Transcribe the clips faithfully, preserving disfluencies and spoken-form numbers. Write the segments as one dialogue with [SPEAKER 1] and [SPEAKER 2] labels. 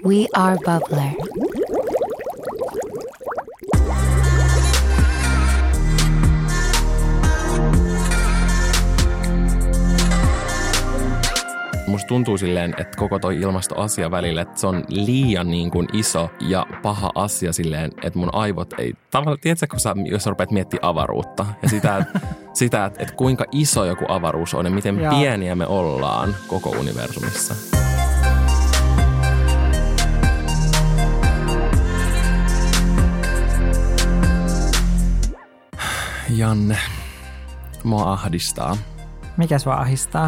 [SPEAKER 1] We are Bubbler.
[SPEAKER 2] Musta tuntuu silleen, että koko toi ilmastoasia välillä, että se on liian niin kuin iso ja paha asia silleen, että mun aivot ei... Tavallaan, tiedätkö, kun sä, jos sä rupeat miettimään avaruutta ja sitä, että, sitä, että, että kuinka iso joku avaruus on ja miten Jaa. pieniä me ollaan koko universumissa. Janne, mua ahdistaa.
[SPEAKER 3] Mikä sua ahdistaa?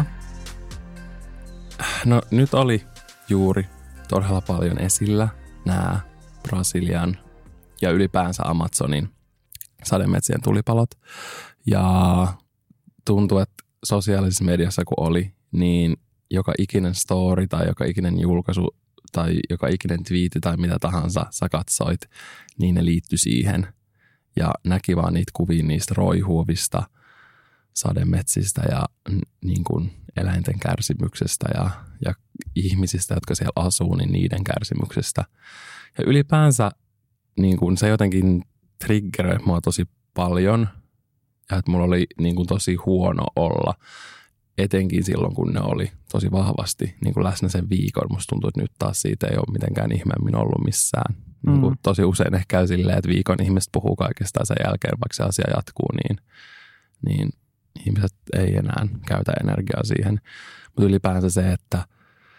[SPEAKER 2] No nyt oli juuri todella paljon esillä nämä Brasilian ja ylipäänsä Amazonin sademetsien tulipalot. Ja tuntuu, että sosiaalisessa mediassa kun oli, niin joka ikinen story tai joka ikinen julkaisu tai joka ikinen twiitti tai mitä tahansa sä katsoit, niin ne liittyi siihen. Ja näki vaan niitä kuvia niistä roihuovista sademetsistä ja niin kuin eläinten kärsimyksestä ja, ja ihmisistä, jotka siellä asuu, niin niiden kärsimyksestä. Ja ylipäänsä niin kuin se jotenkin triggeröi mua tosi paljon ja että mulla oli niin kuin tosi huono olla, etenkin silloin, kun ne oli tosi vahvasti niin kuin läsnä sen viikon. Musta tuntuu, että nyt taas siitä ei ole mitenkään ihmeemmin ollut missään. Mm. Niin kuin tosi usein ehkä käy silleen, että viikon ihmiset puhuu kaikesta sen jälkeen, vaikka se asia jatkuu, niin, niin ihmiset ei enää käytä energiaa siihen. Mutta ylipäänsä se, että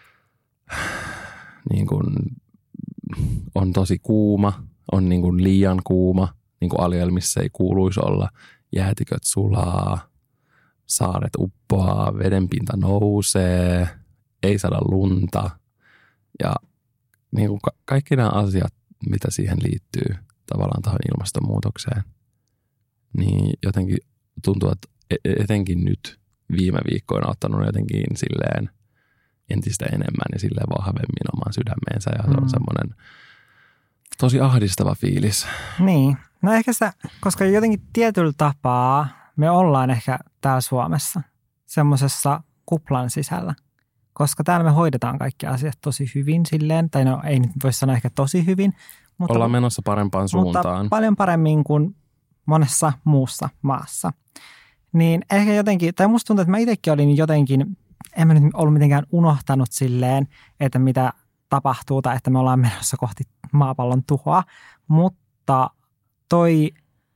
[SPEAKER 2] niin kun on tosi kuuma, on niin kun liian kuuma, niin kuin alueella, missä ei kuuluisi olla. Jäätiköt sulaa, saaret uppoaa, vedenpinta nousee, ei saada lunta. Ja niin kun ka- kaikki nämä asiat, mitä siihen liittyy tavallaan tähän ilmastonmuutokseen, niin jotenkin tuntuu, että etenkin nyt viime viikkoina ottanut jotenkin silleen entistä enemmän ja silleen vahvemmin oman sydämeensä ja se on mm. semmoinen tosi ahdistava fiilis.
[SPEAKER 3] Niin, no ehkä sitä, koska jotenkin tietyllä tapaa me ollaan ehkä täällä Suomessa semmoisessa kuplan sisällä, koska täällä me hoidetaan kaikki asiat tosi hyvin silleen, tai no ei nyt voi sanoa ehkä tosi hyvin. Mutta,
[SPEAKER 2] ollaan menossa parempaan suuntaan.
[SPEAKER 3] Mutta paljon paremmin kuin monessa muussa maassa. Niin ehkä jotenkin, tai musta tuntuu, että mä itsekin olin jotenkin, en mä nyt ollut mitenkään unohtanut silleen, että mitä tapahtuu tai että me ollaan menossa kohti maapallon tuhoa. Mutta toi,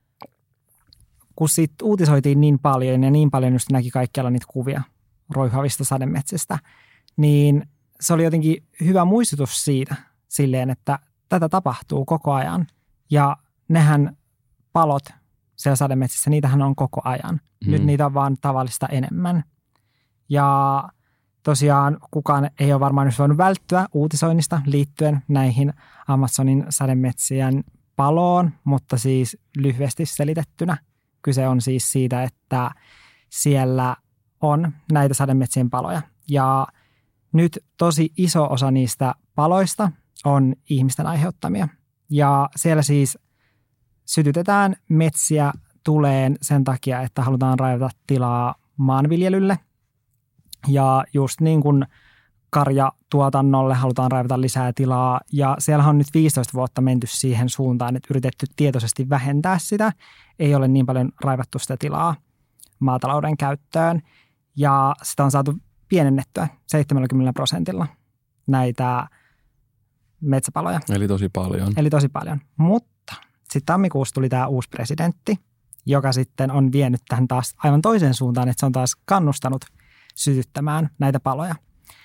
[SPEAKER 3] kun sit uutisoitiin niin paljon ja niin paljon just näki kaikkialla niitä kuvia roihuavista sademetsistä, niin se oli jotenkin hyvä muistutus siitä silleen, että tätä tapahtuu koko ajan. Ja nehän palot siellä sademetsissä, niitähän on koko ajan. Mm. Nyt niitä on vaan tavallista enemmän. Ja tosiaan kukaan ei ole varmaan nyt voinut välttyä uutisoinnista liittyen näihin Amazonin sademetsien paloon, mutta siis lyhyesti selitettynä kyse on siis siitä, että siellä on näitä sademetsien paloja. Ja nyt tosi iso osa niistä paloista on ihmisten aiheuttamia. Ja siellä siis sytytetään metsiä tuleen sen takia, että halutaan raivata tilaa maanviljelylle. Ja just niin kuin karjatuotannolle halutaan raivata lisää tilaa. Ja siellä on nyt viisitoista vuotta menty siihen suuntaan, että yritetty tietoisesti vähentää sitä. Ei ole niin paljon raivattu sitä tilaa maatalouden käyttöön. Ja sitä on saatu pienennettyä seitsemänkymmentä prosentilla näitä metsäpaloja.
[SPEAKER 2] Eli tosi paljon.
[SPEAKER 3] Eli tosi paljon. Mutta sitten tammikuussa tuli tämä uusi presidentti, joka sitten on vienyt tähän taas aivan toiseen suuntaan, että se on taas kannustanut sytyttämään näitä paloja.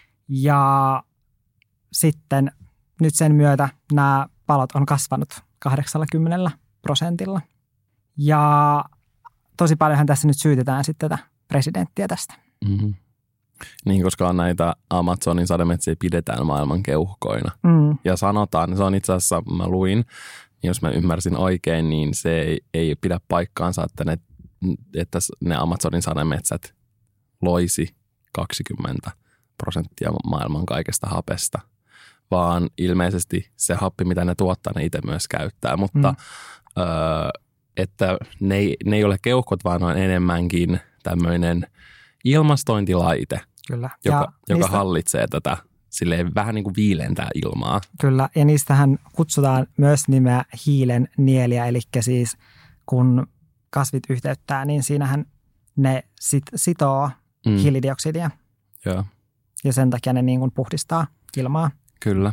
[SPEAKER 3] Ja sitten nyt sen myötä nämä palot on kasvanut kahdeksankymmentä prosentilla. Ja tosi paljonhan tässä nyt syytetään sitten tätä presidenttiä tästä.
[SPEAKER 2] Mm-hmm. Niin, koska näitä Amazonin sademetsiä pidetään maailman keuhkoina.
[SPEAKER 3] Mm.
[SPEAKER 2] Ja sanotaan, se on itse asiassa, mä luin, jos mä ymmärsin oikein, niin se ei, ei pidä paikkaansa, että ne, että ne Amazonin sademetsät loisi kaksikymmentä prosenttia maailman kaikesta hapesta, vaan ilmeisesti se happi, mitä ne tuottaa, ne itse myös käyttää. Mutta mm. öö, että ne ei, ne ei ole keuhkot, vaan on enemmänkin tämmöinen ilmastointilaite,
[SPEAKER 3] Kyllä.
[SPEAKER 2] joka,
[SPEAKER 3] ja
[SPEAKER 2] joka
[SPEAKER 3] niistä...
[SPEAKER 2] hallitsee tätä silleen vähän niin kuin viilentää ilmaa.
[SPEAKER 3] Kyllä, ja niistähän kutsutaan myös nimeä hiilen nieliä, eli siis kun kasvit yhteyttää, niin siinähän ne sit, sitoo mm. hiilidioksidia.
[SPEAKER 2] Joo.
[SPEAKER 3] Ja sen takia ne niin kuin puhdistaa ilmaa.
[SPEAKER 2] Kyllä.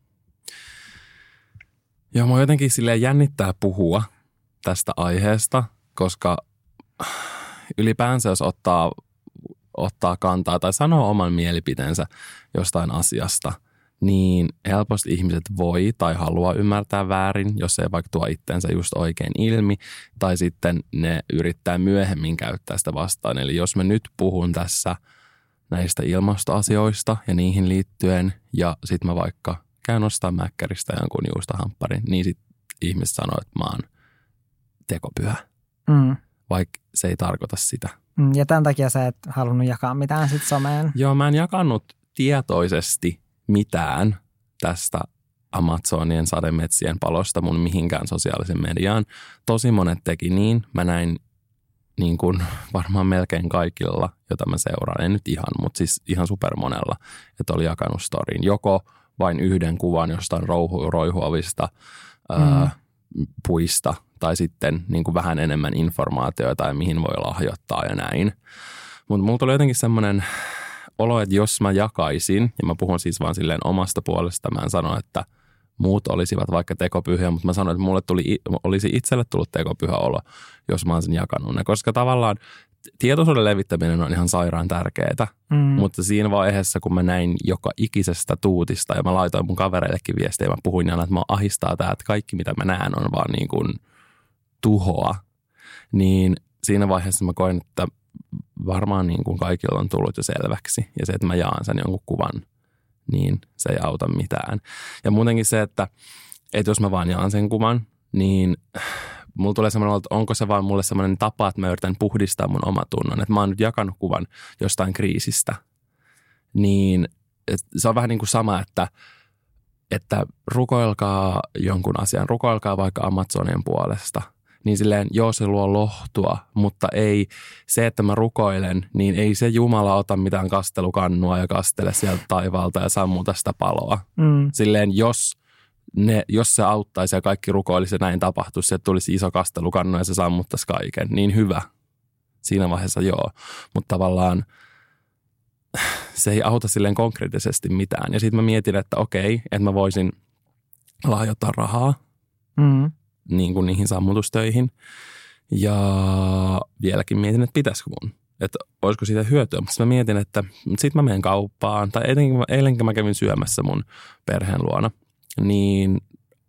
[SPEAKER 2] Joo, mua jotenkin silleen jännittää puhua tästä aiheesta, koska ylipäänsä jos ottaa, ottaa kantaa tai sanoo oman mielipiteensä jostain asiasta, niin helposti ihmiset voi tai haluaa ymmärtää väärin, jos ei vaikka tuo itsensä just oikein ilmi, tai sitten ne yrittää myöhemmin käyttää sitä vastaan. Eli jos mä nyt puhun tässä näistä ilmastoasioista ja niihin liittyen, ja sitten mä vaikka käyn ostaa mäkkäristä jonkun juustohampparin, niin sitten ihmiset sanoo, että mä oon tekopyhä, mm. vaikka se ei tarkoita sitä.
[SPEAKER 3] Mm, ja tämän takia sä et halunnut jakaa mitään sit someen.
[SPEAKER 2] Joo, mä en jakanut tietoisesti mitään tästä Amazonien sademetsien palosta mun mihinkään sosiaalisen mediaan. Tosi monet teki niin. Mä näin niin kuin varmaan melkein kaikilla, jota mä seuraan. En nyt ihan, mutta siis ihan supermonella, että oli jakanut storyin. Joko vain yhden kuvan jostain rouhu, roihuavista mm. ää, puista tai sitten niin kuin vähän enemmän informaatiota ja mihin voi lahjoittaa ja näin. Mutta mulla tuli jotenkin semmoinen olo, että jos mä jakaisin, ja mä puhun siis vaan silleen omasta puolesta, mä en sano, että muut olisivat vaikka tekopyhiä, mutta mä sanoin, että mulle tuli, olisi itselle tullut tekopyhä olo, jos mä olisin jakanut ne. Koska tavallaan tietoisuuden levittäminen on ihan sairaan tärkeää, mm. mutta siinä vaiheessa, kun mä näin joka ikisestä tuutista ja mä laitoin mun kavereillekin viestiä ja mä puhuin aina, että mä ahistaa tää, että kaikki mitä mä näen on vaan niin kuin tuhoa, niin siinä vaiheessa mä koin, että varmaan niin kuin kaikilla on tullut jo selväksi. Ja se, että mä jaan sen jonkun kuvan, niin se ei auta mitään. Ja muutenkin se, että, että jos mä vaan jaan sen kuvan, niin mulla tulee semmoinen, että onko se vaan mulle semmoinen tapa, että mä yritän puhdistaa mun omatunnon. Että mä oon nyt jakanut kuvan jostain kriisistä. Niin se on vähän niin kuin sama, että, että rukoilkaa jonkun asian, rukoilkaa vaikka Amazonien puolesta. Niin silleen, joo, se luo lohtua, mutta ei se, että mä rukoilen, niin ei se Jumala ota mitään kastelukannua ja kastele sieltä taivaalta ja sammuta sitä paloa. Mm. Silleen, jos, ne, jos se auttaisi ja kaikki rukoilisi ja näin tapahtuisi, että tulisi iso kastelukannu ja se sammuttaisi kaiken, niin hyvä. Siinä vaiheessa joo, mutta tavallaan se ei auta silleen konkreettisesti mitään. Ja sitten mä mietin, että okei, että mä voisin lahjoittaa rahaa. Mm. Niin kuin niihin sammutustöihin. Ja vieläkin mietin, että pitäisikö mun. Että olisiko siitä hyötyä. Mutta mä mietin, että sit mä menen kauppaan. Tai eilenkin, eilenkin mä kävin syömässä mun perheen luona. Niin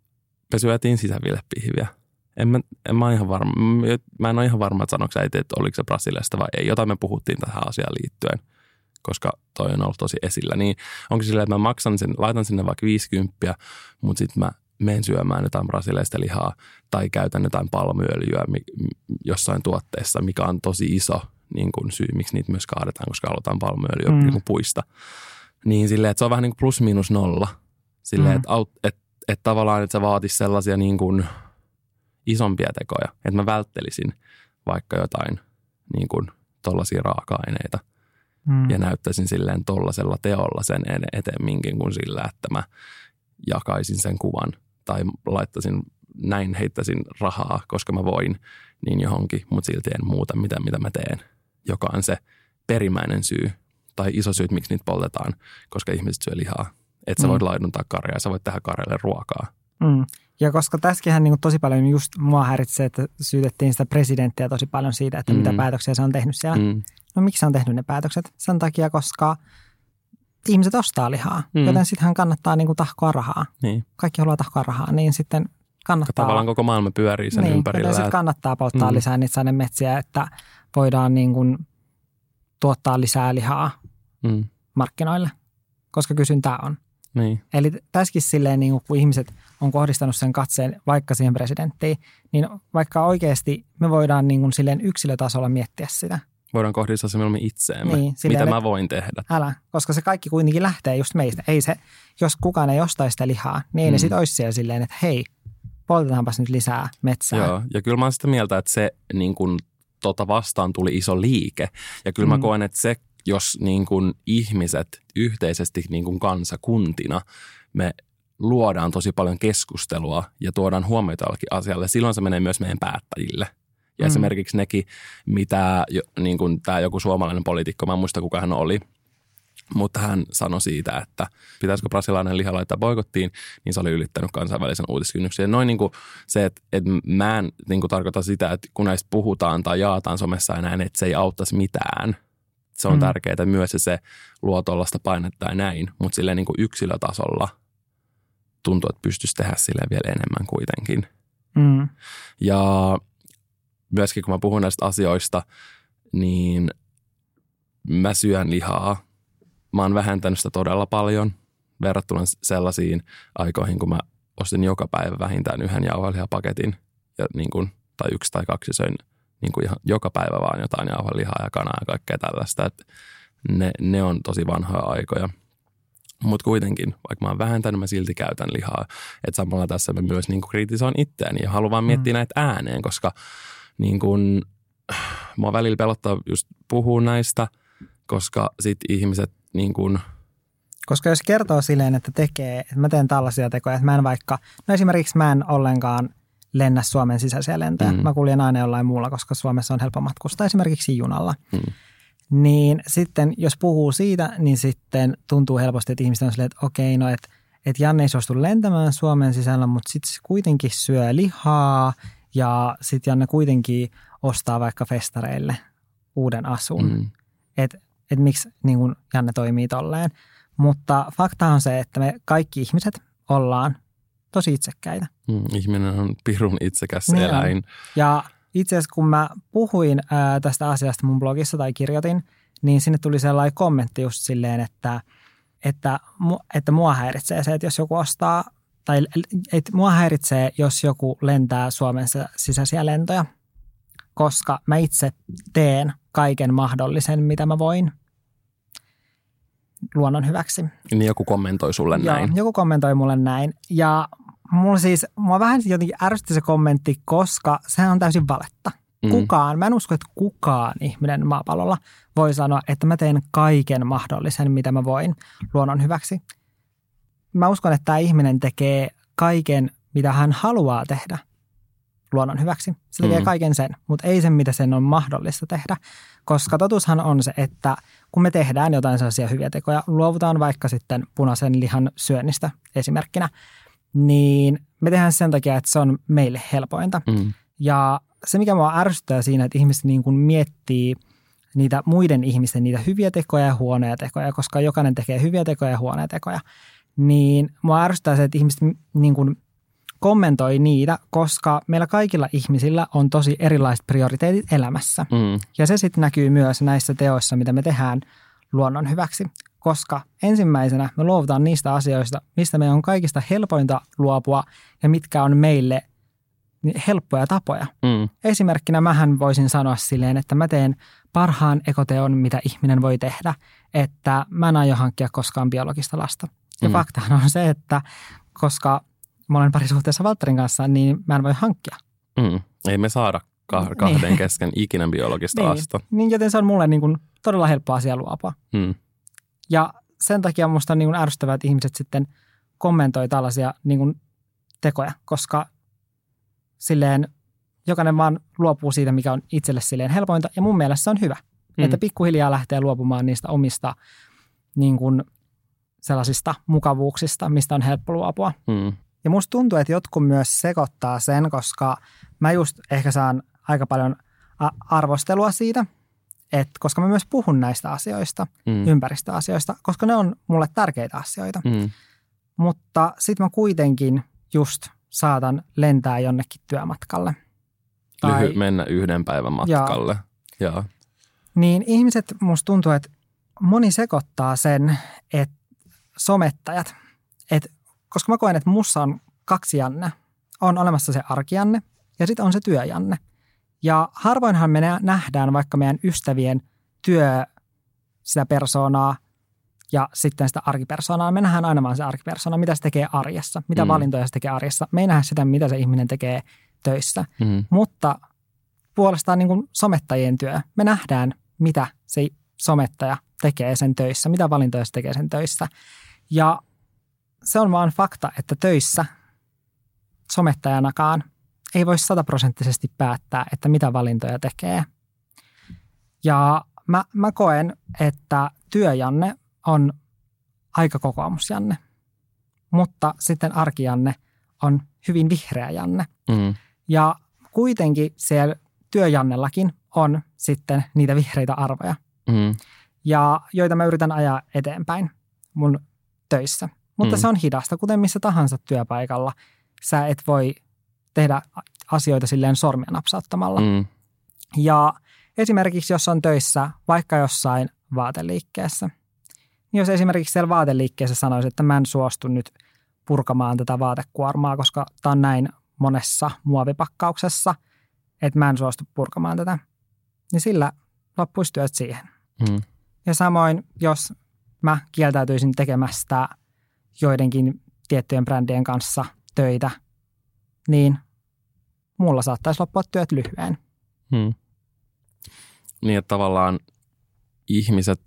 [SPEAKER 2] me syötiin sisäviilepihviä. En mä, en mä, ihan varma, mä en ole ihan varma, että sanoiko äiti, että oliko se Brasiliasta vai ei. Jotain me puhuttiin tähän asiaan liittyen, koska toi on ollut tosi esillä. Niin onko silleen, että mä maksan sen, laitan sinne vaikka viisikymppiä, mutta sit mä menen syömään jotain brasilialaista lihaa tai käytän jotain palmuöljyä jossain tuotteessa, mikä on tosi iso niin kuin syy, miksi niitä myös kaadetaan, koska halutaan palmuöljyä mm. niin kuin puista. Niin silleen, että se on vähän niin kuin plus miinus nolla. Silleen, mm. että et, et tavallaan, että se vaatisi sellaisia niin kuin isompia tekoja, että mä välttelisin vaikka jotain niin kuin tollaisia raaka-aineita mm. ja näyttäisin silleen tollasella teolla sen etemminkin kuin sillä, että mä jakaisin sen kuvan tai laittaisin, näin heittäisin rahaa, koska mä voin, niin johonkin, mutta silti en muuta mitä, mitä mä teen, joka on se perimmäinen syy tai iso syy, miksi niitä poltetaan, koska ihmiset syö lihaa. Että sä mm. voit laiduntaa karjaa, sä voit tehdä karjalle ruokaa. Mm.
[SPEAKER 3] Ja koska tässäkin niin tosi paljon just mua häiritsee, että syytettiin sitä presidenttiä tosi paljon siitä, että mm. mitä päätöksiä se on tehnyt siellä. Mm. No miksi se on tehnyt ne päätökset? Sen takia, koska ihmiset ostaa lihaa, mm. joten sittenhän kannattaa niin kuin tahkoa rahaa. Niin. Kaikki haluaa tahkoa rahaa, niin sitten kannattaa.
[SPEAKER 2] Tavallaan koko maailma pyörii sen
[SPEAKER 3] niin,
[SPEAKER 2] ympärillä.
[SPEAKER 3] Niin, sitten kannattaa polttaa mm. lisää niitä sademetsiä, että voidaan niin kuin tuottaa lisää lihaa mm. markkinoille, koska kysyntää on.
[SPEAKER 2] Niin.
[SPEAKER 3] Eli tässäkin silleen, niin kun ihmiset on kohdistanut sen katseen vaikka siihen presidenttiin, niin vaikka oikeasti me voidaan niin kuin silleen yksilötasolla miettiä sitä.
[SPEAKER 2] Voidaan kohdistaa se mieluummin itseemme. Niin, silleen, mitä mä voin tehdä.
[SPEAKER 3] Älä, koska se kaikki kuitenkin lähtee just meistä. Ei se, jos kukaan ei ostaisi sitä lihaa, niin ei mm. ne sitten olisi siellä silleen, että hei, poltetaanpas nyt lisää metsää.
[SPEAKER 2] Joo, ja kyllä mä oon sitä mieltä, että se niin kun tota vastaan tuli iso liike. Ja kyllä mm. mä koen, että se jos niin kuin ihmiset yhteisesti niin kuin kansakuntina, me luodaan tosi paljon keskustelua ja tuodaan huomiota jollekin asialle, silloin se menee myös meidän päättäjille. Ja mm. esimerkiksi nekin, mitä niin kuin tämä joku suomalainen poliitikko, mä en muista kuka hän oli, mutta hän sanoi siitä, että pitäisikö brasilialainen liha laittaa boikottiin, niin se oli ylittänyt kansainvälisen uutiskynnyksen. Ja noin niin kuin se, että, että mä en niin kuin tarkoita sitä, että kun näistä puhutaan tai jaataan somessa ja näin, että se ei auttaisi mitään. Se on mm. tärkeää myös, että se luo tuollaista painetta ja näin, mutta silleen niin kuin yksilötasolla tuntuu, että pystyisi tehdä silleen vielä enemmän kuitenkin.
[SPEAKER 3] Mm.
[SPEAKER 2] Ja myöskin kun mä puhun näistä asioista, niin mä syön lihaa. Mä oon vähentänyt sitä todella paljon verrattuna sellaisiin aikoihin, kun mä ostin joka päivä vähintään yhden jauhelihapaketin ja niin kuin, tai yksi tai kaksi söin niin kuin ihan joka päivä vaan jotain jauhelihaa ja kanaa ja kaikkea tällaista. Että ne, ne on tosi vanhoja aikoja. Mutta kuitenkin, vaikka mä oon vähentänyt, mä silti käytän lihaa. Että samalla tässä mä myös niin kuin kritisoin itseäni ja haluan vaan miettiä mm. näitä ääneen, koska niin kuin, mua välillä pelottaa just puhua näistä, koska sit ihmiset niin kuin...
[SPEAKER 3] Koska jos kertoo silleen, että tekee, että mä teen tällaisia tekoja, että mä en vaikka, no esimerkiksi mä en ollenkaan lennä Suomen sisäisiä lentoja. Mm. Mä kuljen aina jollain muulla, koska Suomessa on helppo matkustaa esimerkiksi junalla. Mm. Niin sitten, jos puhuu siitä, niin sitten tuntuu helposti, että ihmiset on silleen, että okei, no että, että Janne ei suostu lentämään Suomen sisällä, mutta sitten se kuitenkin syö lihaa ja sitten Janne kuitenkin ostaa vaikka festareille uuden asun. Mm. Että et miksi niin kun Janne toimii tolleen. Mutta fakta on se, että me kaikki ihmiset ollaan tosi itsekkäitä.
[SPEAKER 2] Mm, ihminen on pirun itsekäs
[SPEAKER 3] niin
[SPEAKER 2] eläin.
[SPEAKER 3] On. Ja itse asiassa kun mä puhuin ää, tästä asiasta mun blogissa tai kirjoitin, niin sinne tuli sellainen kommentti just silleen, että, että, että mua häiritsee se, että jos joku ostaa, tai että mua häiritsee, jos joku lentää Suomen sisäisiä lentoja, koska mä itse teen kaiken mahdollisen, mitä mä voin luonnon hyväksi.
[SPEAKER 2] Niin joku kommentoi sulle
[SPEAKER 3] Joo,
[SPEAKER 2] näin.
[SPEAKER 3] joku kommentoi mulle näin. Ja mulla siis, mua vähän jotenkin ärsytti se kommentti, koska sehän on täysin valetta. Mm. Kukaan, mä en usko, että kukaan ihminen maapallolla voi sanoa, että mä teen kaiken mahdollisen, mitä mä voin luonnon hyväksi. Mä uskon, että tämä ihminen tekee kaiken, mitä hän haluaa tehdä luonnon hyväksi. Se tekee mm. kaiken sen, mutta ei sen, mitä sen on mahdollista tehdä. Koska totuushan on se, että kun me tehdään jotain sellaisia hyviä tekoja, luovutaan vaikka sitten punaisen lihan syönnistä esimerkkinä, niin me tehdään sen takia, että se on meille helpointa. Mm. Ja se, mikä mua ärsyttää siinä, että ihmiset niin kuin miettii niitä muiden ihmisten niitä hyviä tekoja ja huonoja tekoja, koska jokainen tekee hyviä tekoja ja huonoja tekoja, niin mua ärsyttää se, että ihmiset niin kuin kommentoi niitä, koska meillä kaikilla ihmisillä on tosi erilaiset prioriteetit elämässä. Mm. Ja se sitten näkyy myös näissä teoissa, mitä me tehdään luonnon hyväksi. Koska ensimmäisenä me luovutaan niistä asioista, mistä meidän on kaikista helpointa luopua ja mitkä on meille helppoja tapoja. Mm. Esimerkkinä mähän voisin sanoa silleen, että mä teen parhaan ekoteon, mitä ihminen voi tehdä, että mä en aio hankkia koskaan biologista lasta. Ja mm. faktahan on se, että koska mä olen parisuhteessa Valtterin kanssa, niin mä en voi hankkia.
[SPEAKER 2] Mm. Ei me saada kahden niin. kesken ikinä biologista
[SPEAKER 3] niin.
[SPEAKER 2] lasta.
[SPEAKER 3] Niin, joten se on mulle niin kuin todella helppo asia luopua. Mm. Ja sen takia musta on niin kuin ärsyttävää, että ihmiset sitten kommentoi tällaisia niin kuin tekoja, koska silleen jokainen vaan luopuu siitä, mikä on itselle silleen helpointa. Ja mun mielestä se on hyvä, mm. että pikkuhiljaa lähtee luopumaan niistä omista niin kuin sellaisista mukavuuksista, mistä on helppo luopua. Mm. Ja musta tuntuu, että jotkut myös sekoittaa sen, koska mä just ehkä saan aika paljon arvostelua siitä, että koska mä myös puhun näistä asioista, mm. ympäristöasioista, koska ne on mulle tärkeitä asioita. Mm. Mutta sit mä kuitenkin just saatan lentää jonnekin työmatkalle.
[SPEAKER 2] Tai Lyhy- mennä yhden päivän matkalle.
[SPEAKER 3] Ja. Ja. Niin ihmiset musta tuntuu, että moni sekoittaa sen, että somettajat, että koska mä koen, että mussa on kaksi Janne. On olemassa se arkijanne ja sitten on se työjanne. Ja harvoinhan me nähdään vaikka meidän ystävien työ sitä persoonaa ja sitten sitä arkipersoonaa. Me nähdään aina vaan se arkipersona, mitä se tekee arjessa, mitä mm. valintoja se tekee arjessa. Me ei nähdä sitä, mitä se ihminen tekee töissä. Mm. Mutta puolestaan niin kuin somettajien työ, me nähdään, mitä se somettaja tekee sen töissä, mitä valintoja se tekee sen töissä. Ja se on vaan fakta, että töissä somettajanakaan ei voi sataprosenttisesti päättää, että mitä valintoja tekee. Ja mä, mä koen, että työjanne on aika kokoomusjanne, mutta sitten arkijanne on hyvin vihreä janne. Mm. Ja kuitenkin siellä työjannellakin on sitten niitä vihreitä arvoja, mm. ja joita mä yritän ajaa eteenpäin mun töissä. Mutta mm. se on hidasta, kuten missä tahansa työpaikalla. Sä et voi tehdä asioita silleen sormia napsauttamalla. Mm. Ja esimerkiksi jos on töissä vaikka jossain vaateliikkeessä, niin jos esimerkiksi siellä vaateliikkeessä sanoisi, että mä en suostu nyt purkamaan tätä vaatekuormaa, koska tämä on näin monessa muovipakkauksessa, että mä en suostu purkamaan tätä, niin sillä loppuisi työt siihen. Mm. Ja samoin, jos mä kieltäytyisin tekemästä joidenkin tiettyjen brändien kanssa töitä, niin mulla saattaisi loppua työt lyhyen.
[SPEAKER 2] Hmm. Niin, että tavallaan ihmiset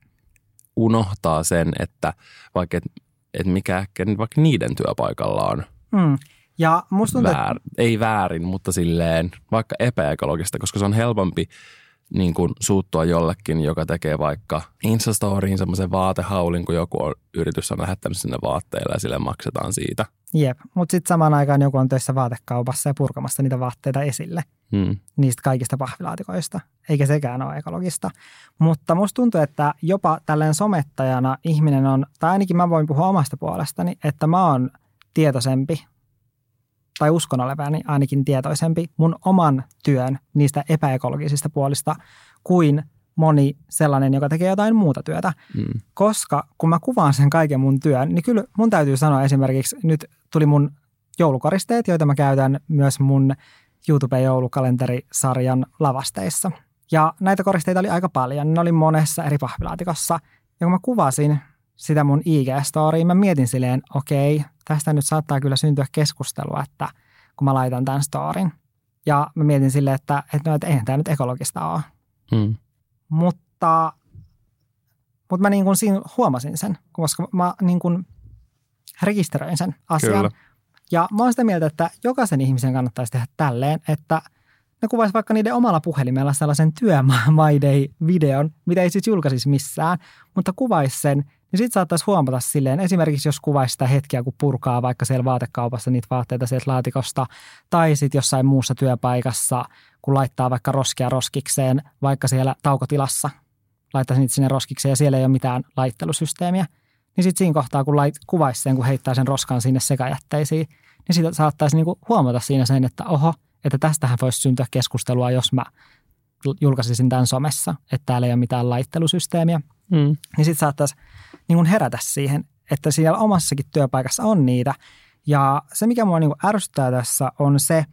[SPEAKER 2] unohtaa sen, että vaikka et, et mikä ehkä vaikka niiden työpaikalla on
[SPEAKER 3] hmm. ja musta tuntuu,
[SPEAKER 2] väär, ei väärin, mutta silleen vaikka epäekologista, koska se on helpompi niin kuin suuttua jollekin, joka tekee vaikka Instastoriin semmoisen vaatehaulin, kun joku on, yritys on lähettänyt sinne vaatteille ja sille maksetaan siitä.
[SPEAKER 3] Jep, mutta sitten samaan aikaan joku on töissä vaatekaupassa ja purkamassa niitä vaatteita esille hmm. niistä kaikista pahvilaatikoista, eikä sekään ole ekologista. Mutta musta tuntuu, että jopa tälleen somettajana ihminen on, tai ainakin mä voin puhua omasta puolestani, että mä oon tietoisempi, tai uskon olevani ainakin tietoisempi mun oman työn niistä epäekologisista puolista kuin moni sellainen, joka tekee jotain muuta työtä. Mm. Koska kun mä kuvaan sen kaiken mun työn, niin kyllä mun täytyy sanoa esimerkiksi, nyt tuli mun joulukoristeet, joita mä käytän myös mun YouTube-joulukalenterisarjan lavasteissa. Ja näitä koristeita oli aika paljon, ne oli monessa eri pahvilaatikossa. Ja kun mä kuvasin sitä mun I G-storyin, mä mietin silleen, okei, tästä nyt saattaa kyllä syntyä keskustelua, että kun mä laitan tämän storin. Ja mä mietin silleen, että, että, no, että eihän tämä nyt ekologista ole. Hmm. Mutta, mutta mä niin kuin siinä huomasin sen, koska mä niin kuin rekisteröin sen asian. Kyllä. Ja mä oon sitä mieltä, että jokaisen ihmisen kannattaisi tehdä tälleen, että ne kuvaisi vaikka niiden omalla puhelimella sellaisen työmaidei-videon, mitä ei siis julkaisisi missään, mutta kuvaisi sen, niin sitten saattaisi huomata silleen, esimerkiksi jos kuvaisi sitä hetkiä, kun purkaa vaikka siellä vaatekaupassa niitä vaatteita sieltä laatikosta, tai sitten jossain muussa työpaikassa, kun laittaa vaikka roskia roskikseen, vaikka siellä taukotilassa, laittaisi niitä sinne roskikseen ja siellä ei ole mitään laittelusysteemiä, niin sitten siinä kohtaa, kun lait, kuvaisi sen, kun heittää sen roskan sinne sekajätteisiin, niin sitten saattaisi niinku huomata siinä sen, että oho, että tästähän voisi syntyä keskustelua, jos mä julkaisisin tämän somessa, että täällä ei ole mitään laittelusysteemiä. Mm. Niin sitten saattaisi niin kuin herätä siihen, että siellä omassakin työpaikassa on niitä. Ja se, mikä mua niin kuin ärsyttää tässä, on se,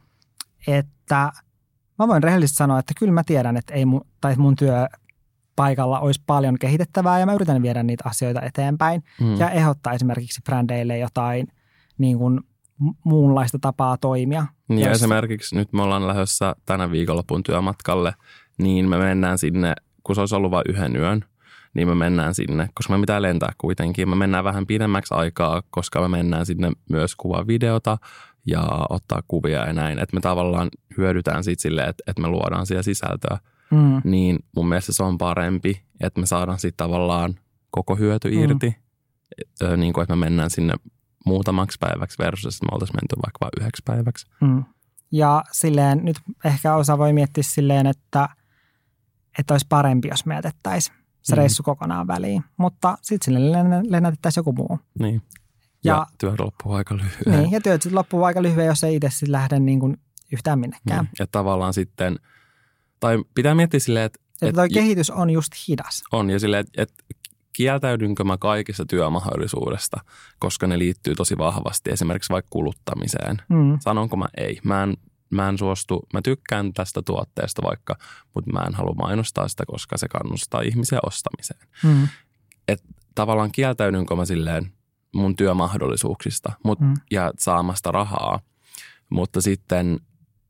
[SPEAKER 3] että mä voin rehellisesti sanoa, että kyllä mä tiedän, että ei mun, tai mun työpaikalla olisi paljon kehitettävää ja mä yritän viedä niitä asioita eteenpäin mm. ja ehdottaa esimerkiksi brändeille jotain niin kuin muunlaista tapaa toimia.
[SPEAKER 2] Niin ja esimerkiksi nyt me ollaan lähdössä tänä viikonlopun työmatkalle, niin me mennään sinne, kun se olisi ollut vain yhden yön, niin me mennään sinne, koska me pitää lentää kuitenkin. Me mennään vähän pidemmäksi aikaa, koska me mennään sinne myös kuvaa videota ja ottaa kuvia ja näin. Että me tavallaan hyödytään siitä silleen, että, että me luodaan siellä sisältöä. Mm. Niin mun mielestä se on parempi, että me saadaan siitä tavallaan koko hyöty irti. Mm. Niin kuin, että me mennään sinne muutamaksi päiväksi versus, että me oltaisiin menty vaikka vain yhdeksi päiväksi.
[SPEAKER 3] Mm. Ja silleen nyt ehkä osa voi miettiä silleen, että, että olisi parempi, jos me jätettäisiin se reissu kokonaan väliin. Mutta sitten sille lennätettäisiin joku muu.
[SPEAKER 2] Niin. Ja, ja työt loppuu aika lyhyen.
[SPEAKER 3] Niin, ja työt sitten loppuu aika lyhyen, jos ei itse sitten lähde niin kuin yhtään minnekään.
[SPEAKER 2] Niin. Ja tavallaan sitten, tai pitää miettiä silleen, että...
[SPEAKER 3] Että että toi et, kehitys on just hidas.
[SPEAKER 2] On, ja silleen, että, että kieltäydynkö mä kaikista työmahdollisuudesta, koska ne liittyy tosi vahvasti esimerkiksi vaikka kuluttamiseen. Mm. Sanonko mä ei. Mä en, mä en suostu, mä tykkään tästä tuotteesta vaikka, mutta mä en halua mainostaa sitä, koska se kannustaa ihmisiä ostamiseen. Mm. Et tavallaan kieltäydynkö mä silleen mun työmahdollisuuksista mut, mm. ja saamasta rahaa, mutta sitten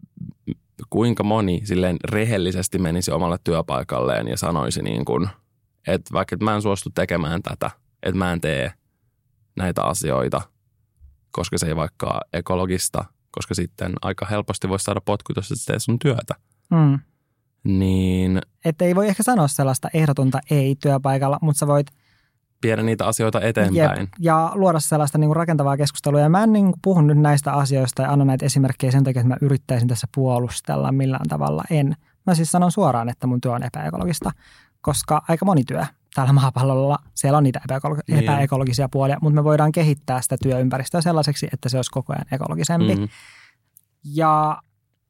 [SPEAKER 2] kuinka moni silleen rehellisesti menisi omalle työpaikalleen ja sanoisi niin kuin, Että vaikka että mä en suostu tekemään tätä, että mä en tee näitä asioita, koska se ei vaikka ole ekologista, koska sitten aika helposti voisi saada potkut, jos et tee sun työtä.
[SPEAKER 3] Mm.
[SPEAKER 2] Niin...
[SPEAKER 3] Että ei voi ehkä sanoa sellaista ehdotonta ei työpaikalla, mutta sä voit
[SPEAKER 2] viedä niitä asioita eteenpäin.
[SPEAKER 3] Jep, ja luoda sellaista niin kuin rakentavaa keskustelua. Ja mä en niin kuin puhu nyt näistä asioista ja anna näitä esimerkkejä sen takia, että mä yrittäisin tässä puolustella millään tavalla. En. Mä siis sanon suoraan, että mun työ on epäekologista, koska aika moni työ täällä maapallolla, siellä on niitä epäekolo- niin. epäekologisia puolia, mutta me voidaan kehittää sitä työympäristöä sellaiseksi, että se olisi koko ajan ekologisempi. Mm-hmm. Ja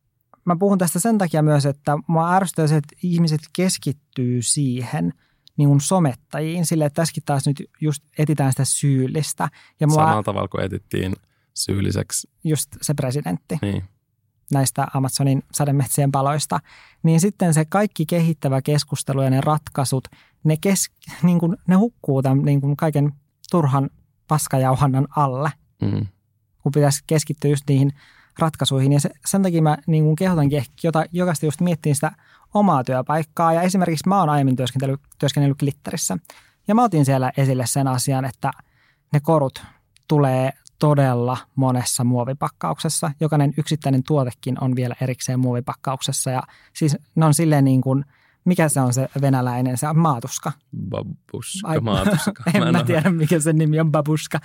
[SPEAKER 3] mä puhun tästä sen takia myös, että mä ärsyttää se, että ihmiset keskittyy siihen niin kuin somettajiin, sille että tässäkin taas nyt just etitään sitä syyllistä. Ja mua,
[SPEAKER 2] samalla tavalla kuin etittiin syylliseksi.
[SPEAKER 3] Just se presidentti.
[SPEAKER 2] Niin.
[SPEAKER 3] Näistä Amazonin sademetsien paloista, niin sitten se kaikki kehittävä keskustelu ja ne ratkaisut, ne, kes, niin kuin, ne hukkuu tämän niin kuin kaiken turhan paskajauhannan alle, mm. kun pitäisi keskittyä just niihin ratkaisuihin. Ja se, sen takia mä niin kuin kehotankin ehkä jota, jokaista just miettiä sitä omaa työpaikkaa. Ja esimerkiksi mä oon aiemmin työskennellyt, työskennellyt Glitterissä. Ja mä otin siellä esille sen asian, että ne korut tulee todella monessa muovipakkauksessa. Jokainen yksittäinen tuotekin on vielä erikseen muovipakkauksessa. Ja siis ne on silleen niin kuin, mikä se on se venäläinen, se on maatuska.
[SPEAKER 2] Babuska, maatuska.
[SPEAKER 3] en mä, mä tiedä, mikä sen nimi on, babuska.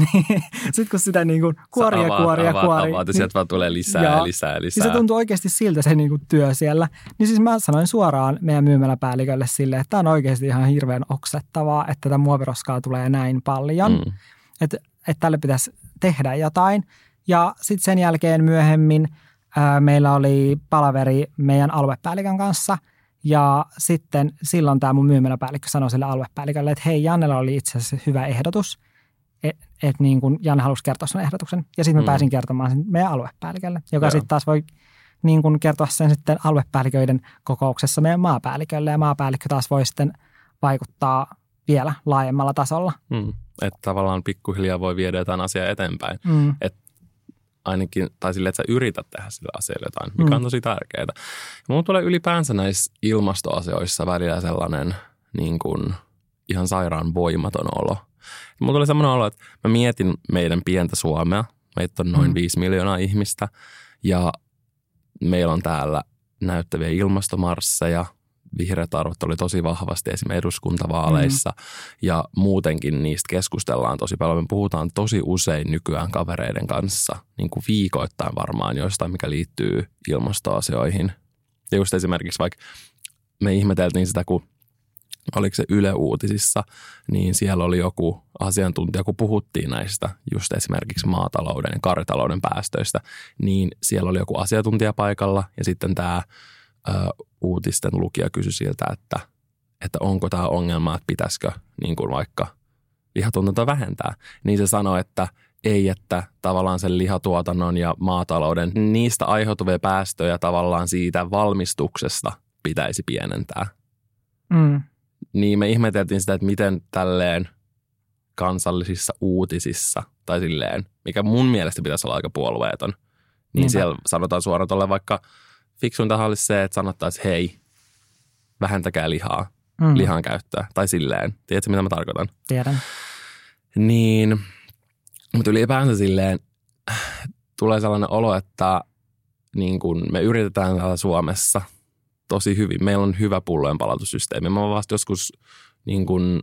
[SPEAKER 3] Sitten kun sitä niin kuin kuori ja kuori ja kuori.
[SPEAKER 2] Avaat, ja sieltä vaan tulee lisää ja lisää lisää.
[SPEAKER 3] Niin se tuntuu oikeasti siltä se niin kuin työ siellä. Niin siis mä sanoin suoraan meidän myymäläpäällikölle silleen, että tämä on oikeasti ihan hirveän oksettavaa, että tätä muoviroskaa tulee näin paljon. Mm. Että että tälle pitäisi tehdä jotain. Ja sitten sen jälkeen myöhemmin ää, meillä oli palaveri meidän aluepäällikön kanssa. Ja sitten silloin tämä mun myymäläpäällikkö sanoi sille aluepäällikölle, että hei, Jannella oli itse asiassa hyvä ehdotus. Että et niin kuin Janne halusi kertoa sen ehdotuksen. Ja sitten mä mm. pääsin kertomaan sen meidän aluepäällikölle, joka sitten taas voi niin kuin kertoa sen sitten aluepäälliköiden kokouksessa meidän maapäällikölle. Ja maapäällikkö taas voi sitten vaikuttaa vielä laajemmalla tasolla.
[SPEAKER 2] Mm. Että tavallaan pikkuhiljaa voi viedä jotain asiaa eteenpäin.
[SPEAKER 3] Mm.
[SPEAKER 2] Että ainakin, tai silleen, että sä yrität tehdä sillä asialla jotain, mikä mm. on tosi tärkeää. Mulla tulee ylipäänsä näissä ilmastoasioissa välillä sellainen niin kuin ihan sairaan voimaton olo. Mulla tuli semmoinen olo, että mä mietin meidän pientä Suomea. Meitä on noin mm. viisi miljoonaa ihmistä ja meillä on täällä näyttäviä ilmastomarsseja. Vihreät arvot oli tosi vahvasti esimerkiksi eduskuntavaaleissa mm. ja muutenkin niistä keskustellaan tosi paljon. Me puhutaan tosi usein nykyään kavereiden kanssa, niin kuin viikoittain varmaan jostain, mikä liittyy ilmastoasioihin. Ja just esimerkiksi vaikka me ihmeteltiin sitä, kun oliko se Yle Uutisissa, niin siellä oli joku asiantuntija, kun puhuttiin näistä just esimerkiksi maatalouden ja karjatalouden päästöistä, niin siellä oli joku asiantuntija paikalla ja sitten tämä uutisten lukija kysyi siltä, että, että onko tämä ongelma, että pitäisikö niin kuin vaikka lihatuotantoa vähentää. Niin se sanoi, että ei, että tavallaan sen lihatuotannon ja maatalouden niistä aiheutuvia päästöjä tavallaan siitä valmistuksesta pitäisi pienentää.
[SPEAKER 3] Mm.
[SPEAKER 2] Niin me ihmeteltiin sitä, että miten tälleen kansallisissa uutisissa tai silleen, mikä mun mielestä pitäisi olla aika puolueeton, niin Niinpä. Siellä sanotaan suoraan tolle vaikka fiksuintahan olisi se, että sanottaisiin, hei, vähentäkää lihaa, mm. lihan käyttöä, tai silleen. Tiedätkö, mitä mä tarkoitan?
[SPEAKER 3] Tiedän.
[SPEAKER 2] Niin, mutta ylipäänsä silleen tulee sellainen olo, että niin kun me yritetään täällä Suomessa tosi hyvin. Meillä on hyvä pullojen palautussysteemi. Mä vasta joskus niin kun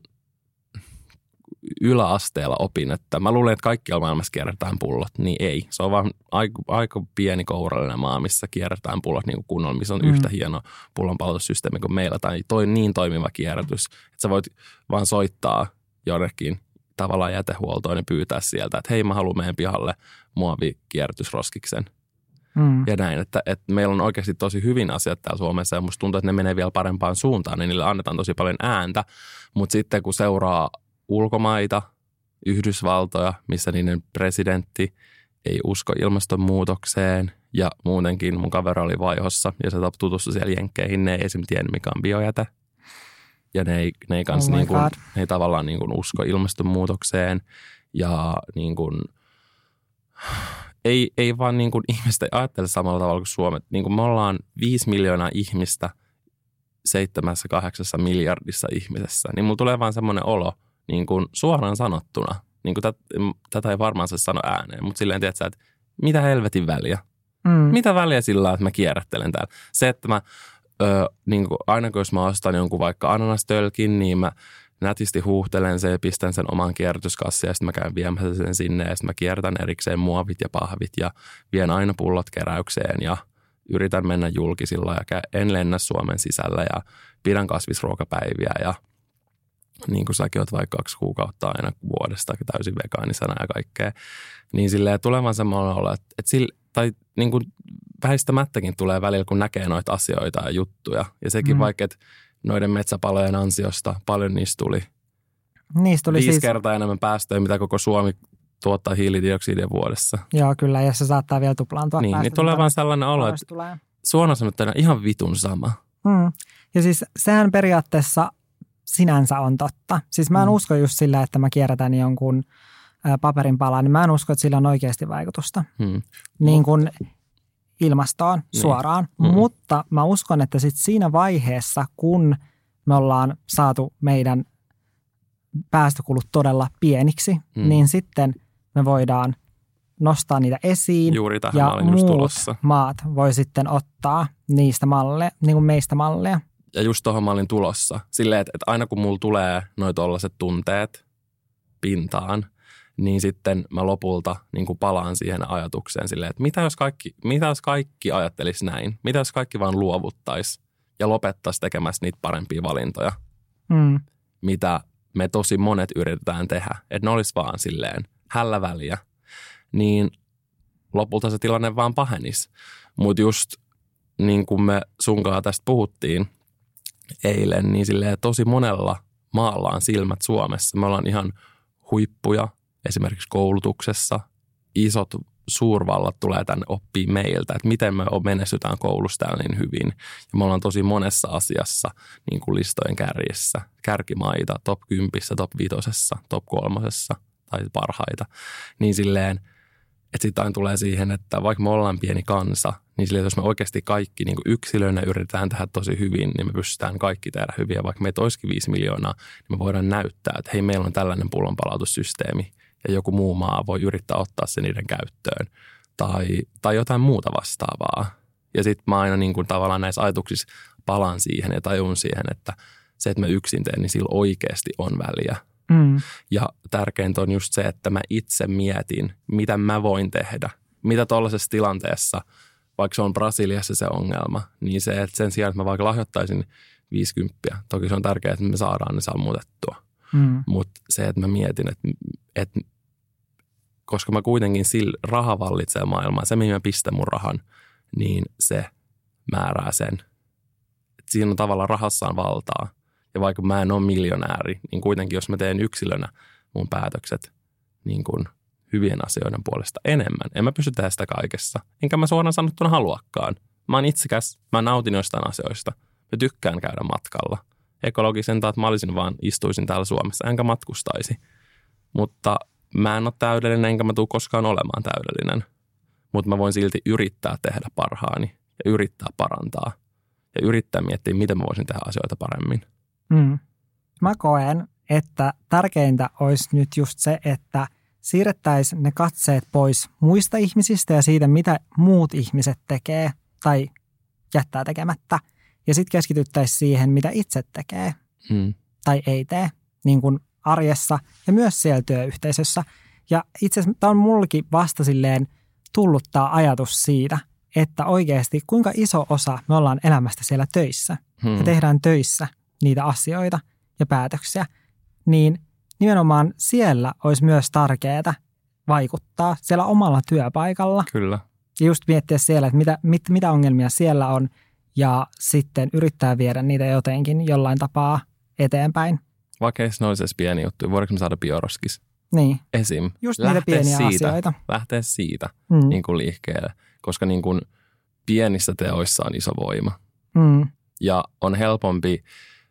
[SPEAKER 2] yläasteella opin, että mä luulen, että kaikkialla maailmassa kierretään pullot, niin ei. Se on vaan aika, aika pieni kourallinen maa, missä kierretään pullot niin kuin kunnolla, missä on mm. yhtä hieno pullonpalautussysteemi kuin meillä, tai toi niin toimiva kierrätys, että sä voit vaan soittaa jonnekin tavallaan jätehuoltoon ja pyytää sieltä, että hei, mä haluan meidän pihalle muovikierrätysroskiksen. Mm. Ja näin, että, että meillä on oikeasti tosi hyvin asiat täällä Suomessa ja musta tuntuu, että ne menee vielä parempaan suuntaan, niin niille annetaan tosi paljon ääntä, mutta sitten kun seuraa ulkomaita, Yhdysvaltoja, missä niiden presidentti ei usko ilmastonmuutokseen ja muutenkin mun kaveri oli vaihossa ja se tutustui siellä jenkkeihin, ne ei esimerkiksi tiennyt mikä on biojäte. Ja ne ei, ne ei, kans
[SPEAKER 3] oh
[SPEAKER 2] niin kuin, ne ei tavallaan niin kuin usko ilmastonmuutokseen ja niin kuin, ei, ei vaan niin kuin ihmiset ei ajattele samalla tavalla kuin Suomet. Niin kuin me ollaan viisi miljoonaa ihmistä seitsemässä, kahdeksassa miljardissa ihmisessä, niin mulla tulee vaan semmoinen olo niin kuin suoraan sanottuna. Niin kuin tät, tätä ei varmaan se sano ääneen, mutta silleen tiedät sä, että mitä helvetin väliä? Mm. Mitä väliä sillä on, että mä kierrättelen täällä? Se, että mä ö, niin kuin aina kun jos mä ostan jonkun vaikka ananastölkin, niin mä nätisti huuhtelen sen ja pistän sen oman kierrätyskassin ja sitten mä käyn viemässä sen sinne ja sitten mä kierrätän erikseen muovit ja pahvit ja vien aina pullot keräykseen ja yritän mennä julkisilla ja en lennä Suomen sisällä ja pidän kasvisruokapäiviä ja niin kuin säkin oot vaikka kaksi kuukautta aina vuodesta täysin vegaanisena ja kaikkea, niin silleen tulevan semmoinen olo, että, että sille, tai niin kuin väistämättäkin tulee välillä, kun näkee noita asioita ja juttuja ja sekin mm. vaikka, että noiden metsäpalojen ansiosta paljon niistä tuli,
[SPEAKER 3] niistä tuli
[SPEAKER 2] viisi
[SPEAKER 3] siis
[SPEAKER 2] kertaa enemmän päästöjä, mitä koko Suomi tuottaa hiilidioksidia vuodessa.
[SPEAKER 3] Joo, kyllä, ja se saattaa vielä tuplaantua.
[SPEAKER 2] Niin, niin tulee vaan sellainen olo, että suoraan sanottuna ihan vitun sama.
[SPEAKER 3] Mm. Ja siis sehän periaatteessa sinänsä on totta. Siis mä en mm. usko just sillä, että mä kierrätän jonkun ä, paperin palan, niin mä en usko, että sillä on oikeasti vaikutusta. Mm. Niin kuin ilmastoon niin. suoraan. Mm. Mutta mä uskon, että sit siinä vaiheessa, kun me ollaan saatu meidän päästökulut todella pieniksi, mm. niin sitten me voidaan nostaa niitä esiin.
[SPEAKER 2] Juuri tähän
[SPEAKER 3] ja
[SPEAKER 2] mä olin just tulossa.
[SPEAKER 3] Maat voi sitten ottaa niistä malleja, niin kuin meistä malleja.
[SPEAKER 2] Ja just tuohon mä olin tulossa. Silleen, että, että aina kun mulla tulee noi tollaiset tunteet pintaan, niin sitten mä lopulta niin kuin palaan siihen ajatukseen silleen, että mitä jos kaikki, mitä jos kaikki ajattelisi näin? Mitä jos kaikki vaan luovuttaisi ja lopettaisi tekemässä niitä parempia valintoja, mm. mitä me tosi monet yritetään tehdä. Että ne olisi vaan silleen hällä väliä. Niin lopulta se tilanne vaan pahenisi. Mutta just niin kuin me sunkaan tästä puhuttiin eilen, niin silleen tosi monella maalla on silmät Suomessa. Me ollaan ihan huippuja esimerkiksi koulutuksessa. Isot suurvallat tulee tänne oppii meiltä, että miten me menestytään koulussa täällä niin hyvin. Ja me ollaan tosi monessa asiassa niin kuin listojen kärjessä. Kärkimaita, top kympissä, top vitosessa, top kolmosessa tai parhaita. Niin silleen, että sitten aina tulee siihen, että vaikka me ollaan pieni kansa, niin silleen, jos me oikeasti kaikki niin kuin yksilöinä yritetään tehdä tosi hyvin, niin me pystytään kaikki tehdä hyviä. Vaikka meitä olisikin viisi miljoonaa, niin me voidaan näyttää, että hei, meillä on tällainen pullonpalautussysteemi ja joku muu maa voi yrittää ottaa se niiden käyttöön tai, tai jotain muuta vastaavaa. Ja sitten mä aina niin kuin tavallaan näissä ajatuksissa palaan siihen ja tajun siihen, että se, että mä yksin teen, niin sillä oikeasti on väliä. Mm. Ja tärkeintä on just se, että mä itse mietin, mitä mä voin tehdä. Mitä tuollaisessa tilanteessa, vaikka se on Brasiliassa se ongelma, niin se, että sen sijaan, että mä vaikka lahjoittaisin viisikymppiä, toki se on tärkeää, että me saadaan ne sammutettua. Mm. Mutta se, että mä mietin, että, että koska mä kuitenkin sillä raha vallitsee maailmaa, se mihin mä pistän mun rahan, niin se määrää sen. Et siinä on tavallaan rahassaan valtaa. Ja vaikka mä en ole miljonääri, niin kuitenkin jos mä teen yksilönä mun päätökset niin kuin hyvien asioiden puolesta enemmän. En mä pysty tehdä sitä kaikessa. Enkä mä suoraan sanottuna haluakaan. Mä oon itsekäs, mä nautin jostain asioista. Mä tykkään käydä matkalla. Ekologisen taat mä olisin vaan istuisin täällä Suomessa, enkä matkustaisi. Mutta mä en ole täydellinen, enkä mä tule koskaan olemaan täydellinen. Mutta mä voin silti yrittää tehdä parhaani ja yrittää parantaa. Ja yrittää miettiä, miten mä voisin tehdä asioita paremmin.
[SPEAKER 3] Mm. Mä koen, että tärkeintä olisi nyt just se, että siirrettäisiin ne katseet pois muista ihmisistä ja siitä, mitä muut ihmiset tekee tai jättää tekemättä. Ja sitten keskityttäisiin siihen, mitä itse tekee mm. tai ei tee, niin kuin arjessa ja myös siellä työyhteisössä. Ja itse asiassa tämä on mullekin vasta silleen tullut tämä ajatus siitä, että oikeasti kuinka iso osa me ollaan elämästä siellä töissä. Hmm. Ja tehdään töissä niitä asioita ja päätöksiä, niin nimenomaan siellä olisi myös tärkeää vaikuttaa siellä omalla työpaikalla.
[SPEAKER 2] Kyllä.
[SPEAKER 3] Ja just miettiä siellä, että mitä, mit, mitä ongelmia siellä on ja sitten yrittää viedä niitä jotenkin jollain tapaa eteenpäin.
[SPEAKER 2] Vaikka ei se olisi edes pieni juttu, voidaanko me saada bioroskis?
[SPEAKER 3] Niin.
[SPEAKER 2] Esim.
[SPEAKER 3] Just niitä pieniä
[SPEAKER 2] siitä,
[SPEAKER 3] asioita.
[SPEAKER 2] Lähteä siitä mm. niin kuin liikkeelle, koska niin kuin pienissä teoissa on iso voima. Mm. Ja on helpompi,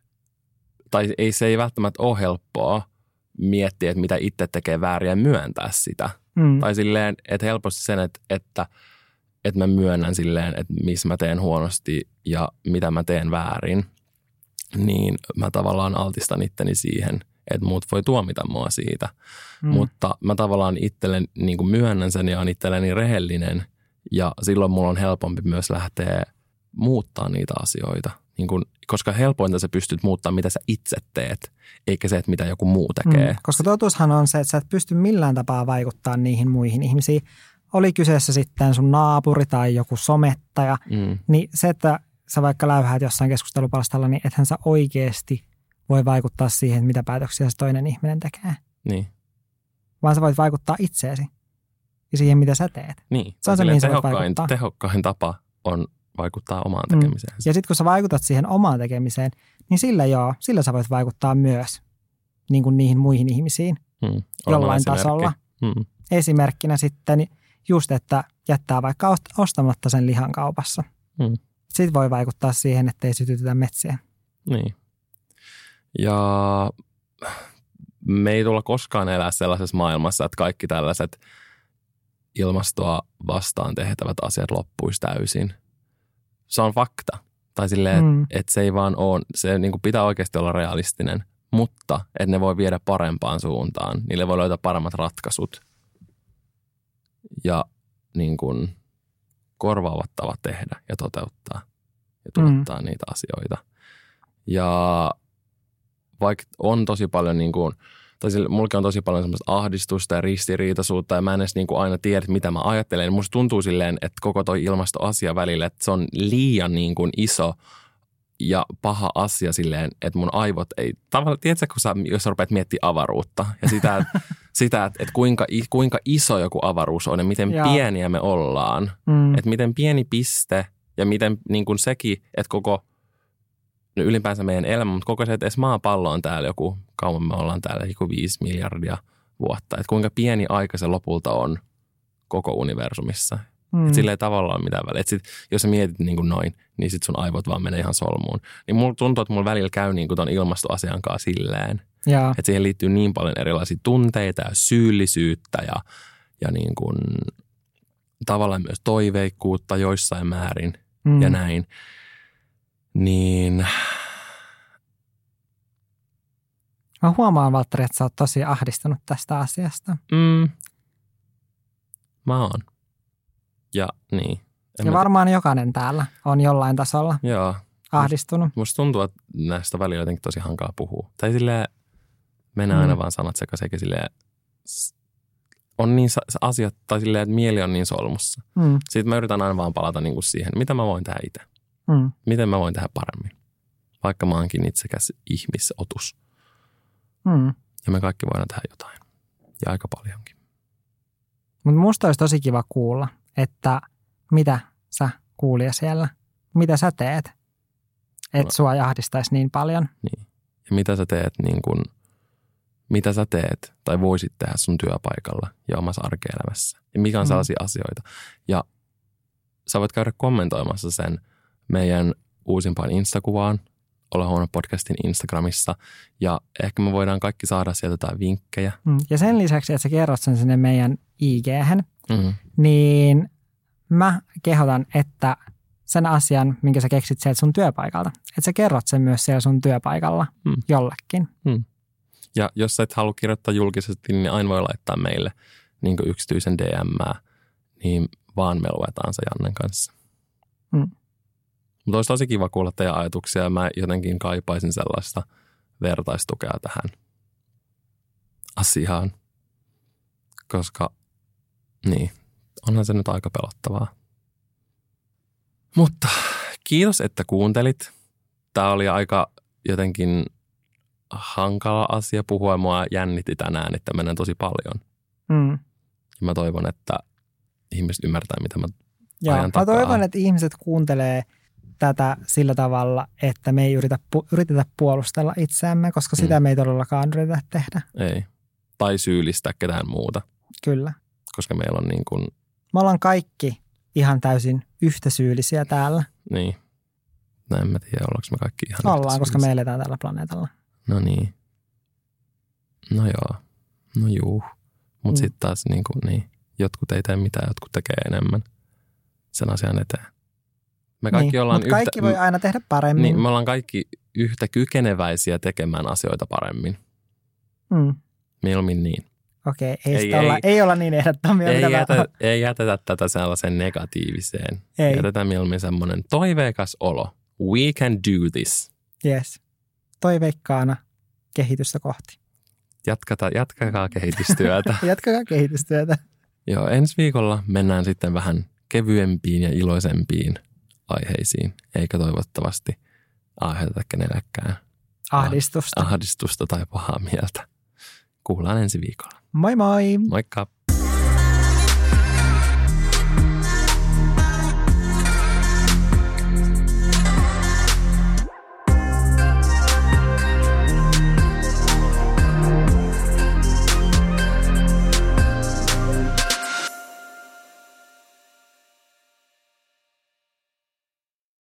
[SPEAKER 2] tai ei, se ei välttämättä ole helppoa miettiä, että mitä itse tekee väärin ja myöntää sitä. Mm. Tai silleen, että helposti sen, että, että, että mä myönnän silleen, että missä mä teen huonosti ja mitä mä teen väärin. niin mä tavallaan altistan itteni siihen, että muut voi tuomita mua siitä. Mm. Mutta mä tavallaan itselleni niin kuin myönnän sen ja on itselleni rehellinen ja silloin mulla on helpompi myös lähteä muuttaa niitä asioita. Niin kuin, koska helpointa sä pystyt muuttamaan, mitä sä itse teet, eikä se, että mitä joku muu tekee.
[SPEAKER 3] Mm. Koska totuushan on se, että sä et pysty millään tapaa vaikuttaa niihin muihin ihmisiin. Oli kyseessä sitten sun naapuri tai joku somettaja, mm. niin se, että sä vaikka läyhäät jossain keskustelupalstalla, niin ethän sä oikeasti voi vaikuttaa siihen, mitä päätöksiä se toinen ihminen tekee.
[SPEAKER 2] Niin.
[SPEAKER 3] Vaan sä voit vaikuttaa itseesi ja siihen, mitä sä teet.
[SPEAKER 2] Niin.
[SPEAKER 3] Se on se, mihin sä voit vaikuttaa.
[SPEAKER 2] Tehokkain tapa on vaikuttaa omaan tekemiseen.
[SPEAKER 3] Mm. Ja sitten kun sä vaikutat siihen omaan tekemiseen, niin sillä joo, sillä sä voit vaikuttaa myös niin kuin niihin muihin ihmisiin mm. jollain tasolla. Mm. Esimerkkinä sitten just, että jättää vaikka ostamatta sen lihan kaupassa. Mm. Sitten voi vaikuttaa siihen, että ei sytytetä metsiä.
[SPEAKER 2] Niin. Ja me ei tulla koskaan elää sellaisessa maailmassa, että kaikki tällaiset ilmastoa vastaan tehtävät asiat loppuisi täysin. Se on fakta. Tai silleen, mm. että et se ei vaan ole, se niin kuin pitää oikeasti olla realistinen, mutta että ne voi viedä parempaan suuntaan. Niille voi löytää paremmat ratkaisut ja niin kuin korvaavat tavat tehdä ja toteuttaa ja tuottaa mm. niitä asioita. Ja vaikka on tosi paljon niin kuin, tai sille, mullakin on tosi paljon semmoista ahdistusta ja ristiriitaisuutta ja mä en edes niin kuin aina tiedä, mitä mä ajattelen. Niin musta tuntuu silleen, että koko toi ilmastoasia välillä, että se on liian niin kuin iso ja paha asia silleen, että mun aivot ei, tavallaan, tiedätkö, kun sä, jos sä rupeat miettimään avaruutta ja sitä, että, sitä, että, että kuinka, kuinka iso joku avaruus on ja miten Jaa. pieniä me ollaan, mm. että miten pieni piste ja miten niin kuin sekin, että koko no ylipäänsä meidän elämä, mutta koko se, että edes maapallo on täällä joku, kauan me ollaan täällä joku viisi miljardia vuotta. Että kuinka pieni aika se lopulta on koko universumissa. Mm. Että sillä ei tavallaan ole mitään väliä. Että sit, jos sä mietit niin kuin noin, niin sit sun aivot vaan menee ihan solmuun. Niin mulla tuntuu, että mulla välillä käy niin kuin ton ilmastoasian kanssa silleen.
[SPEAKER 3] Ja.
[SPEAKER 2] Että siihen liittyy niin paljon erilaisia tunteita ja syyllisyyttä ja, ja niin kuin tavallaan myös toiveikkuutta joissain määrin mm. ja näin. Niin.
[SPEAKER 3] Mä huomaan, Valtteri, että sä oot tosi ahdistunut tästä asiasta.
[SPEAKER 2] Mm. Mä oon. Ja niin.
[SPEAKER 3] En ja varmaan te... jokainen täällä on jollain tasolla
[SPEAKER 2] Joo.
[SPEAKER 3] ahdistunut.
[SPEAKER 2] Musta, musta tuntuu, että näistä välillä jotenkin tosi hankala puhua. Tai silleen, mennään mm. aina vaan sanat sekaisin, eikä silleen, on niin asiat, tai silleen, että mieli on niin solmussa. Mm. Sitten mä yritän aina vaan palata niin kuin siihen, mitä mä voin tehdä itse. Mm. Miten mä voin tehdä paremmin, vaikka mä oonkin itsekäs ihmisotus. Mm. Ja me kaikki voidaan tehdä jotain. Ja aika paljonkin.
[SPEAKER 3] Mutta musta olisi tosi kiva kuulla, että mitä sä kuulija siellä, mitä sä teet, että no. sua ahdistaisi niin paljon.
[SPEAKER 2] Niin. Ja mitä sä teet niin kun, mitä sä teet tai voisit tehdä sun työpaikalla ja omassa arkielämässä. Ja mikä on mm. sellaisia asioita. Ja sä voit käydä kommentoimassa sen meidän uusimpaan Instakuvaan, Ole huono podcastin Instagramissa. Ja ehkä me voidaan kaikki saada sieltä jotain vinkkejä.
[SPEAKER 3] Mm. Ja sen lisäksi, että sä kerrot sen sinne meidän I G:hen, mm-hmm. niin mä kehotan, että sen asian, minkä sä keksit sieltä sun työpaikalta, että sä kerrot sen myös siellä sun työpaikalla mm. jollekin.
[SPEAKER 2] Mm. Ja jos sä et halua kirjoittaa julkisesti, niin aina voi laittaa meille niin kuin yksityisen D M:ää, niin vaan me luetaan se Jannen kanssa. Mm. Mutta olisi tosi kiva kuulla teidän ajatuksia ja mä jotenkin kaipaisin sellaista vertaistukea tähän asiaan, koska niin, onhan se nyt aika pelottavaa. Mutta kiitos, että kuuntelit. Tämä oli aika jotenkin hankala asia puhua. Mua jännitti tänään, että mennään tosi paljon. Mm. Ja mä toivon, että ihmiset ymmärtää, mitä mä
[SPEAKER 3] Joo,
[SPEAKER 2] ajan takaa.
[SPEAKER 3] Mä toivon, että ihmiset kuuntelee tätä sillä tavalla, että me ei yritä, yritetä puolustella itseämme, koska sitä mm. me ei todellakaan yritetä tehdä.
[SPEAKER 2] Ei. Tai syyllistää ketään muuta.
[SPEAKER 3] Kyllä.
[SPEAKER 2] Koska meillä on niin kuin...
[SPEAKER 3] Me ollaan kaikki ihan täysin yhtä syyllisiä täällä.
[SPEAKER 2] Niin. No en mä tiedä, ollaanko me kaikki ihan
[SPEAKER 3] ollaan, koska me eletään tällä planeetalla.
[SPEAKER 2] No niin. No joo. No juu. Mutta mm. sitten taas niin kuin, niin, jotkut ei tee mitään, jotkut tekee enemmän sen asian eteen. Me kaikki
[SPEAKER 3] niin,
[SPEAKER 2] ollaan
[SPEAKER 3] mutta kaikki
[SPEAKER 2] yhtä,
[SPEAKER 3] voi aina tehdä paremmin.
[SPEAKER 2] Niin, me ollaan kaikki yhtä kykeneväisiä tekemään asioita paremmin.
[SPEAKER 3] Mm.
[SPEAKER 2] Mieluummin niin.
[SPEAKER 3] Okei, ei, ei, olla, ei, ei olla niin ehdottomia.
[SPEAKER 2] Ei,
[SPEAKER 3] mitä
[SPEAKER 2] jätä,
[SPEAKER 3] mä...
[SPEAKER 2] ei jätetä tätä sellaisen negatiiviseen.
[SPEAKER 3] Ei.
[SPEAKER 2] Jätetään mieluummin semmoinen toiveikas olo. We can do this.
[SPEAKER 3] Yes. Toiveikkaana kehitystä kohti.
[SPEAKER 2] Jatkata, jatkakaa kehitystyötä.
[SPEAKER 3] Jatkakaa kehitystyötä.
[SPEAKER 2] Joo, ensi viikolla mennään sitten vähän kevyempiin ja iloisempiin aiheisiin, eikä toivottavasti aiheuteta kenellekään
[SPEAKER 3] ahdistusta.
[SPEAKER 2] ahdistusta tai pahaa mieltä. Kuullaan ensi viikolla.
[SPEAKER 3] Moi moi!
[SPEAKER 2] Moikka!